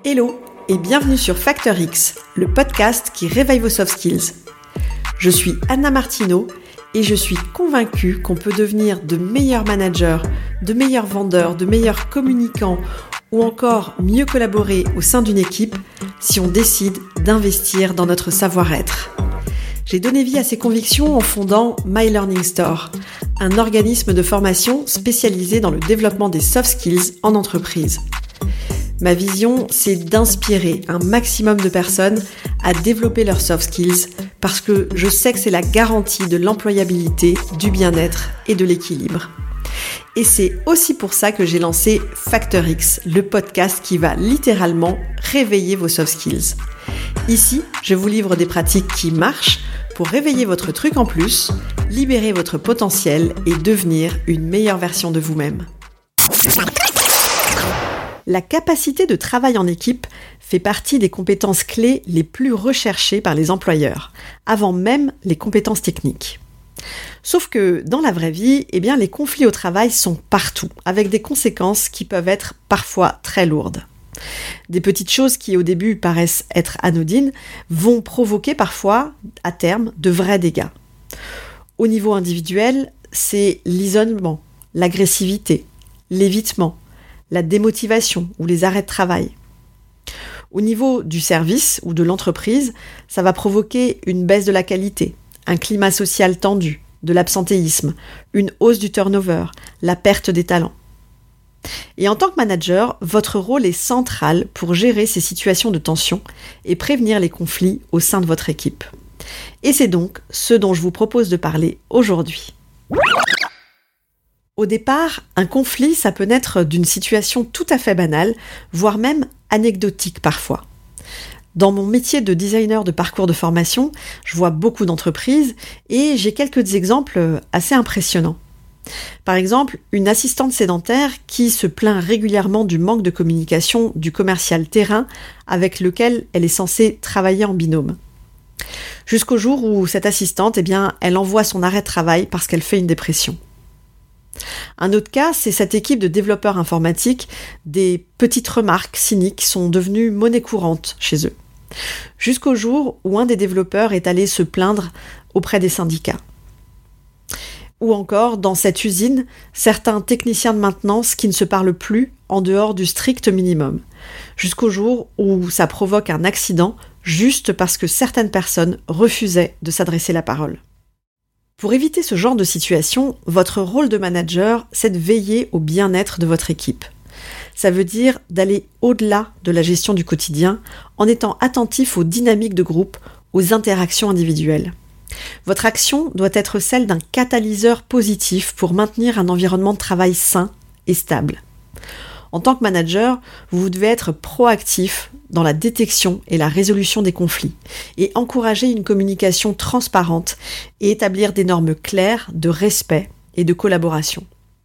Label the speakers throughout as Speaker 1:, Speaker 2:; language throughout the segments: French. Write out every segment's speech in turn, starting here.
Speaker 1: Hello et bienvenue sur Factor X, le podcast qui réveille vos soft skills. Je suis Anna Martineau et je suis convaincue qu'on peut devenir de meilleurs managers, de meilleurs vendeurs, de meilleurs communicants ou encore mieux collaborer au sein d'une équipe si on décide d'investir dans notre savoir-être. J'ai donné vie à ces convictions en fondant My Learning Store, un organisme de formation spécialisé dans le développement des soft skills en entreprise. Ma vision, c'est d'inspirer un maximum de personnes à développer leurs soft skills parce que je sais que c'est la garantie de l'employabilité, du bien-être et de l'équilibre. Et c'est aussi pour ça que j'ai lancé Factor X, le podcast qui va littéralement réveiller vos soft skills. Ici, je vous livre des pratiques qui marchent pour réveiller votre truc en plus, libérer votre potentiel et devenir une meilleure version de vous-même. La capacité de travail en équipe fait partie des compétences clés les plus recherchées par les employeurs, avant même les compétences techniques. Sauf que dans la vraie vie, les conflits au travail sont partout, avec des conséquences qui peuvent être parfois très lourdes. Des petites choses qui au début paraissent être anodines vont provoquer parfois, à terme, de vrais dégâts. Au niveau individuel, c'est l'isolement, l'agressivité, l'évitement, la démotivation ou les arrêts de travail. Au niveau du service ou de l'entreprise, ça va provoquer une baisse de la qualité, un climat social tendu, de l'absentéisme, une hausse du turnover, la perte des talents. Et en tant que manager, votre rôle est central pour gérer ces situations de tension et prévenir les conflits au sein de votre équipe. Et c'est donc ce dont je vous propose de parler aujourd'hui. Au départ, un conflit, ça peut naître d'une situation tout à fait banale, voire même anecdotique parfois. Dans mon métier de designer de parcours de formation, je vois beaucoup d'entreprises et j'ai quelques exemples assez impressionnants. Par exemple, une assistante sédentaire qui se plaint régulièrement du manque de communication du commercial terrain avec lequel elle est censée travailler en binôme. Jusqu'au jour où cette assistante, elle envoie son arrêt de travail parce qu'elle fait une dépression. Un autre cas, c'est cette équipe de développeurs informatiques, des petites remarques cyniques sont devenues monnaie courante chez eux. Jusqu'au jour où un des développeurs est allé se plaindre auprès des syndicats. Ou encore, dans cette usine, certains techniciens de maintenance qui ne se parlent plus en dehors du strict minimum. Jusqu'au jour où ça provoque un accident juste parce que certaines personnes refusaient de s'adresser la parole. Pour éviter ce genre de situation, votre rôle de manager, c'est de veiller au bien-être de votre équipe. Ça veut dire d'aller au-delà de la gestion du quotidien en étant attentif aux dynamiques de groupe, aux interactions individuelles. Votre action doit être celle d'un catalyseur positif pour maintenir un environnement de travail sain et stable. En tant que manager, vous devez être proactif dans la détection et la résolution des conflits et encourager une communication transparente et établir des normes claires de respect et de collaboration.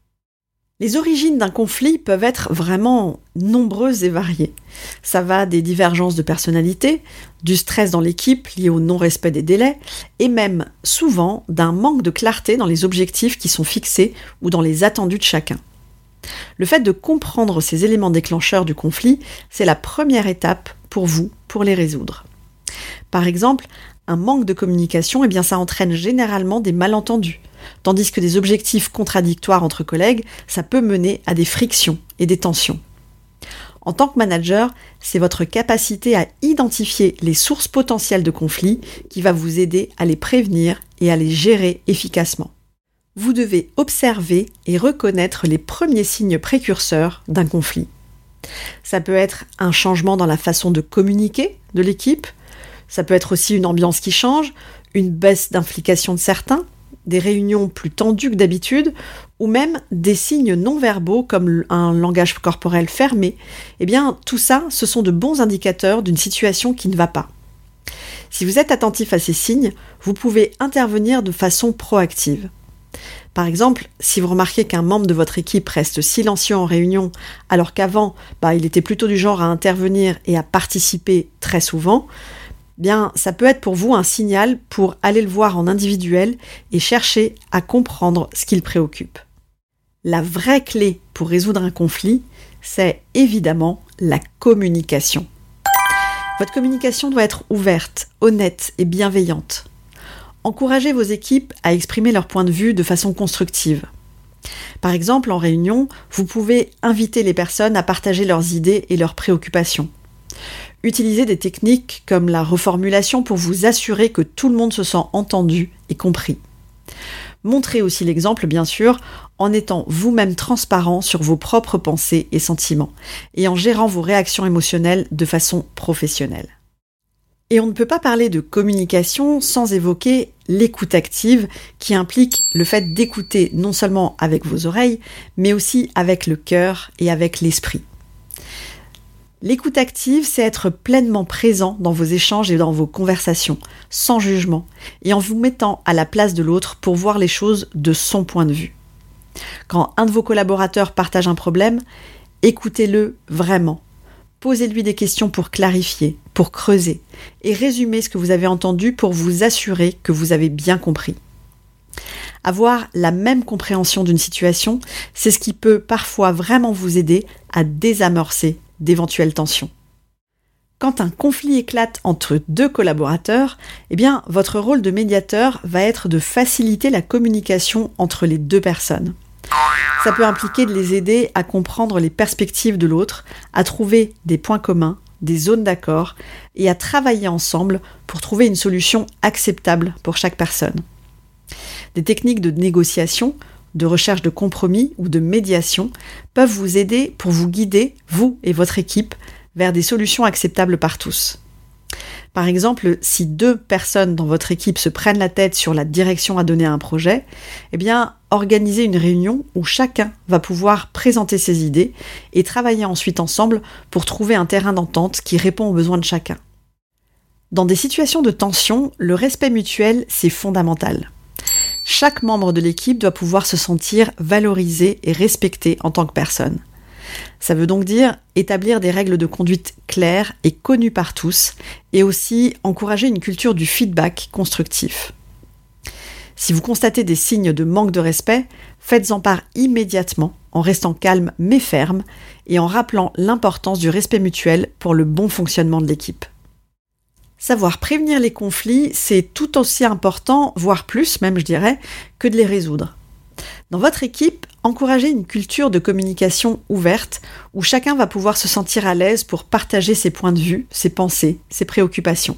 Speaker 1: Les origines d'un conflit peuvent être vraiment nombreuses et variées. Ça va des divergences de personnalité, du stress dans l'équipe lié au non-respect des délais et même souvent d'un manque de clarté dans les objectifs qui sont fixés ou dans les attendus de chacun. Le fait de comprendre ces éléments déclencheurs du conflit, c'est la première étape pour vous, pour les résoudre. Par exemple, un manque de communication, ça entraîne généralement des malentendus, tandis que des objectifs contradictoires entre collègues, ça peut mener à des frictions et des tensions. En tant que manager, c'est votre capacité à identifier les sources potentielles de conflits qui va vous aider à les prévenir et à les gérer efficacement. Vous devez observer et reconnaître les premiers signes précurseurs d'un conflit. Ça peut être un changement dans la façon de communiquer de l'équipe, ça peut être aussi une ambiance qui change, une baisse d'implication de certains, des réunions plus tendues que d'habitude, ou même des signes non-verbaux comme un langage corporel fermé. Tout ça, ce sont de bons indicateurs d'une situation qui ne va pas. Si vous êtes attentif à ces signes, vous pouvez intervenir de façon proactive. Par exemple, si vous remarquez qu'un membre de votre équipe reste silencieux en réunion, alors qu'avant, il était plutôt du genre à intervenir et à participer très souvent, ça peut être pour vous un signal pour aller le voir en individuel et chercher à comprendre ce qui le préoccupe. La vraie clé pour résoudre un conflit, c'est évidemment la communication. Votre communication doit être ouverte, honnête et bienveillante. Encouragez vos équipes à exprimer leur point de vue de façon constructive. Par exemple, en réunion, vous pouvez inviter les personnes à partager leurs idées et leurs préoccupations. Utilisez des techniques comme la reformulation pour vous assurer que tout le monde se sent entendu et compris. Montrez aussi l'exemple, bien sûr, en étant vous-même transparent sur vos propres pensées et sentiments, et en gérant vos réactions émotionnelles de façon professionnelle. Et on ne peut pas parler de communication sans évoquer l'écoute active, qui implique le fait d'écouter non seulement avec vos oreilles, mais aussi avec le cœur et avec l'esprit. L'écoute active, c'est être pleinement présent dans vos échanges et dans vos conversations, sans jugement, et en vous mettant à la place de l'autre pour voir les choses de son point de vue. Quand un de vos collaborateurs partage un problème, écoutez-le vraiment. Posez-lui des questions pour clarifier, pour creuser, et résumez ce que vous avez entendu pour vous assurer que vous avez bien compris. Avoir la même compréhension d'une situation, c'est ce qui peut parfois vraiment vous aider à désamorcer d'éventuelles tensions. Quand un conflit éclate entre deux collaborateurs, votre rôle de médiateur va être de faciliter la communication entre les deux personnes. Ça peut impliquer de les aider à comprendre les perspectives de l'autre, à trouver des points communs, des zones d'accord et à travailler ensemble pour trouver une solution acceptable pour chaque personne. Des techniques de négociation, de recherche de compromis ou de médiation peuvent vous aider pour vous guider, vous et votre équipe, vers des solutions acceptables par tous. Par exemple, si deux personnes dans votre équipe se prennent la tête sur la direction à donner à un projet, organisez une réunion où chacun va pouvoir présenter ses idées et travailler ensuite ensemble pour trouver un terrain d'entente qui répond aux besoins de chacun. Dans des situations de tension, le respect mutuel, c'est fondamental. Chaque membre de l'équipe doit pouvoir se sentir valorisé et respecté en tant que personne. Ça veut donc dire établir des règles de conduite claires et connues par tous, et aussi encourager une culture du feedback constructif. Si vous constatez des signes de manque de respect, faites-en part immédiatement, en restant calme mais ferme, et en rappelant l'importance du respect mutuel pour le bon fonctionnement de l'équipe. Savoir prévenir les conflits, c'est tout aussi important, voire plus même je dirais, que de les résoudre. Dans votre équipe, encouragez une culture de communication ouverte où chacun va pouvoir se sentir à l'aise pour partager ses points de vue, ses pensées, ses préoccupations.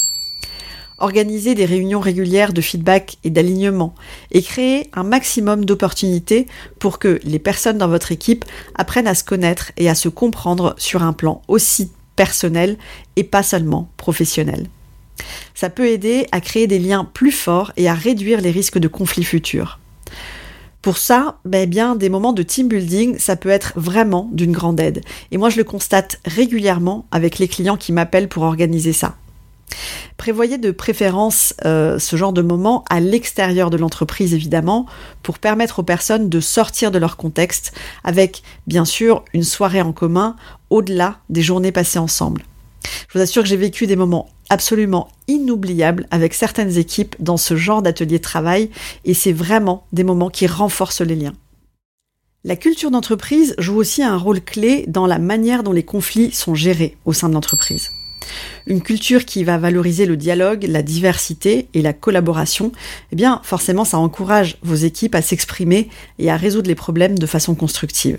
Speaker 1: Organisez des réunions régulières de feedback et d'alignement et créez un maximum d'opportunités pour que les personnes dans votre équipe apprennent à se connaître et à se comprendre sur un plan aussi personnel et pas seulement professionnel. Ça peut aider à créer des liens plus forts et à réduire les risques de conflits futurs. Pour ça, des moments de team building, ça peut être vraiment d'une grande aide. Et moi, je le constate régulièrement avec les clients qui m'appellent pour organiser ça. Prévoyez de préférence ce genre de moment à l'extérieur de l'entreprise, évidemment, pour permettre aux personnes de sortir de leur contexte avec, bien sûr, une soirée en commun au-delà des journées passées ensemble. Je vous assure que j'ai vécu des moments absolument inoubliables avec certaines équipes dans ce genre d'atelier de travail et c'est vraiment des moments qui renforcent les liens. La culture d'entreprise joue aussi un rôle clé dans la manière dont les conflits sont gérés au sein de l'entreprise. Une culture qui va valoriser le dialogue, la diversité et la collaboration, forcément ça encourage vos équipes à s'exprimer et à résoudre les problèmes de façon constructive.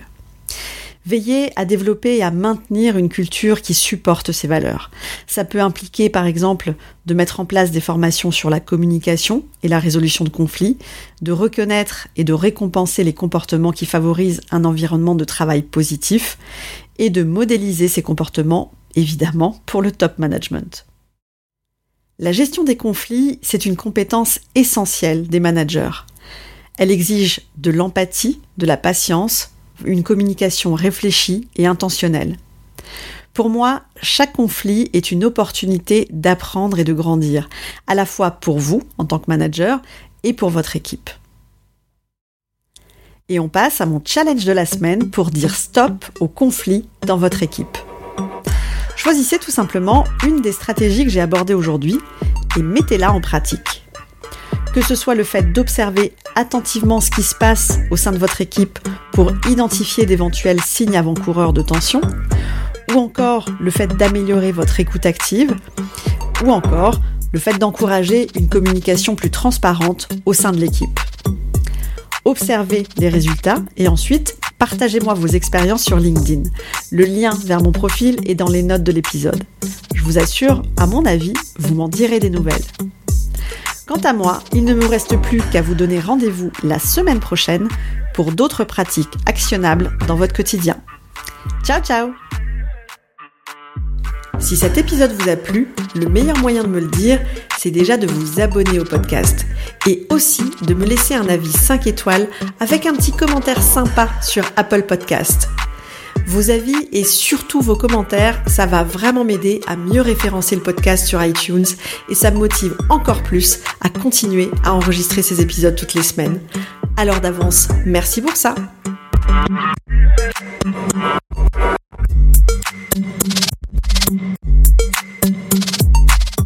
Speaker 1: Veillez à développer et à maintenir une culture qui supporte ces valeurs. Ça peut impliquer, par exemple, de mettre en place des formations sur la communication et la résolution de conflits, de reconnaître et de récompenser les comportements qui favorisent un environnement de travail positif et de modéliser ces comportements, évidemment, pour le top management. La gestion des conflits, c'est une compétence essentielle des managers. Elle exige de l'empathie, de la patience, une communication réfléchie et intentionnelle. Pour moi, chaque conflit est une opportunité d'apprendre et de grandir, à la fois pour vous, en tant que manager, et pour votre équipe. Et on passe à mon challenge de la semaine pour dire stop au conflit dans votre équipe. Choisissez tout simplement une des stratégies que j'ai abordées aujourd'hui et mettez-la en pratique. Que ce soit le fait d'observer attentivement ce qui se passe au sein de votre équipe pour identifier d'éventuels signes avant-coureurs de tension, ou encore le fait d'améliorer votre écoute active, ou encore le fait d'encourager une communication plus transparente au sein de l'équipe. Observez les résultats et ensuite, partagez-moi vos expériences sur LinkedIn. Le lien vers mon profil est dans les notes de l'épisode. Je vous assure, à mon avis, vous m'en direz des nouvelles. Quant à moi, il ne me reste plus qu'à vous donner rendez-vous la semaine prochaine pour d'autres pratiques actionnables dans votre quotidien. Ciao, ciao! Si cet épisode vous a plu, le meilleur moyen de me le dire, c'est déjà de vous abonner au podcast et aussi de me laisser un avis 5 étoiles avec un petit commentaire sympa sur Apple Podcast. Vos avis et surtout vos commentaires, ça va vraiment m'aider à mieux référencer le podcast sur iTunes et ça me motive encore plus à continuer à enregistrer ces épisodes toutes les semaines. Alors d'avance, merci pour ça!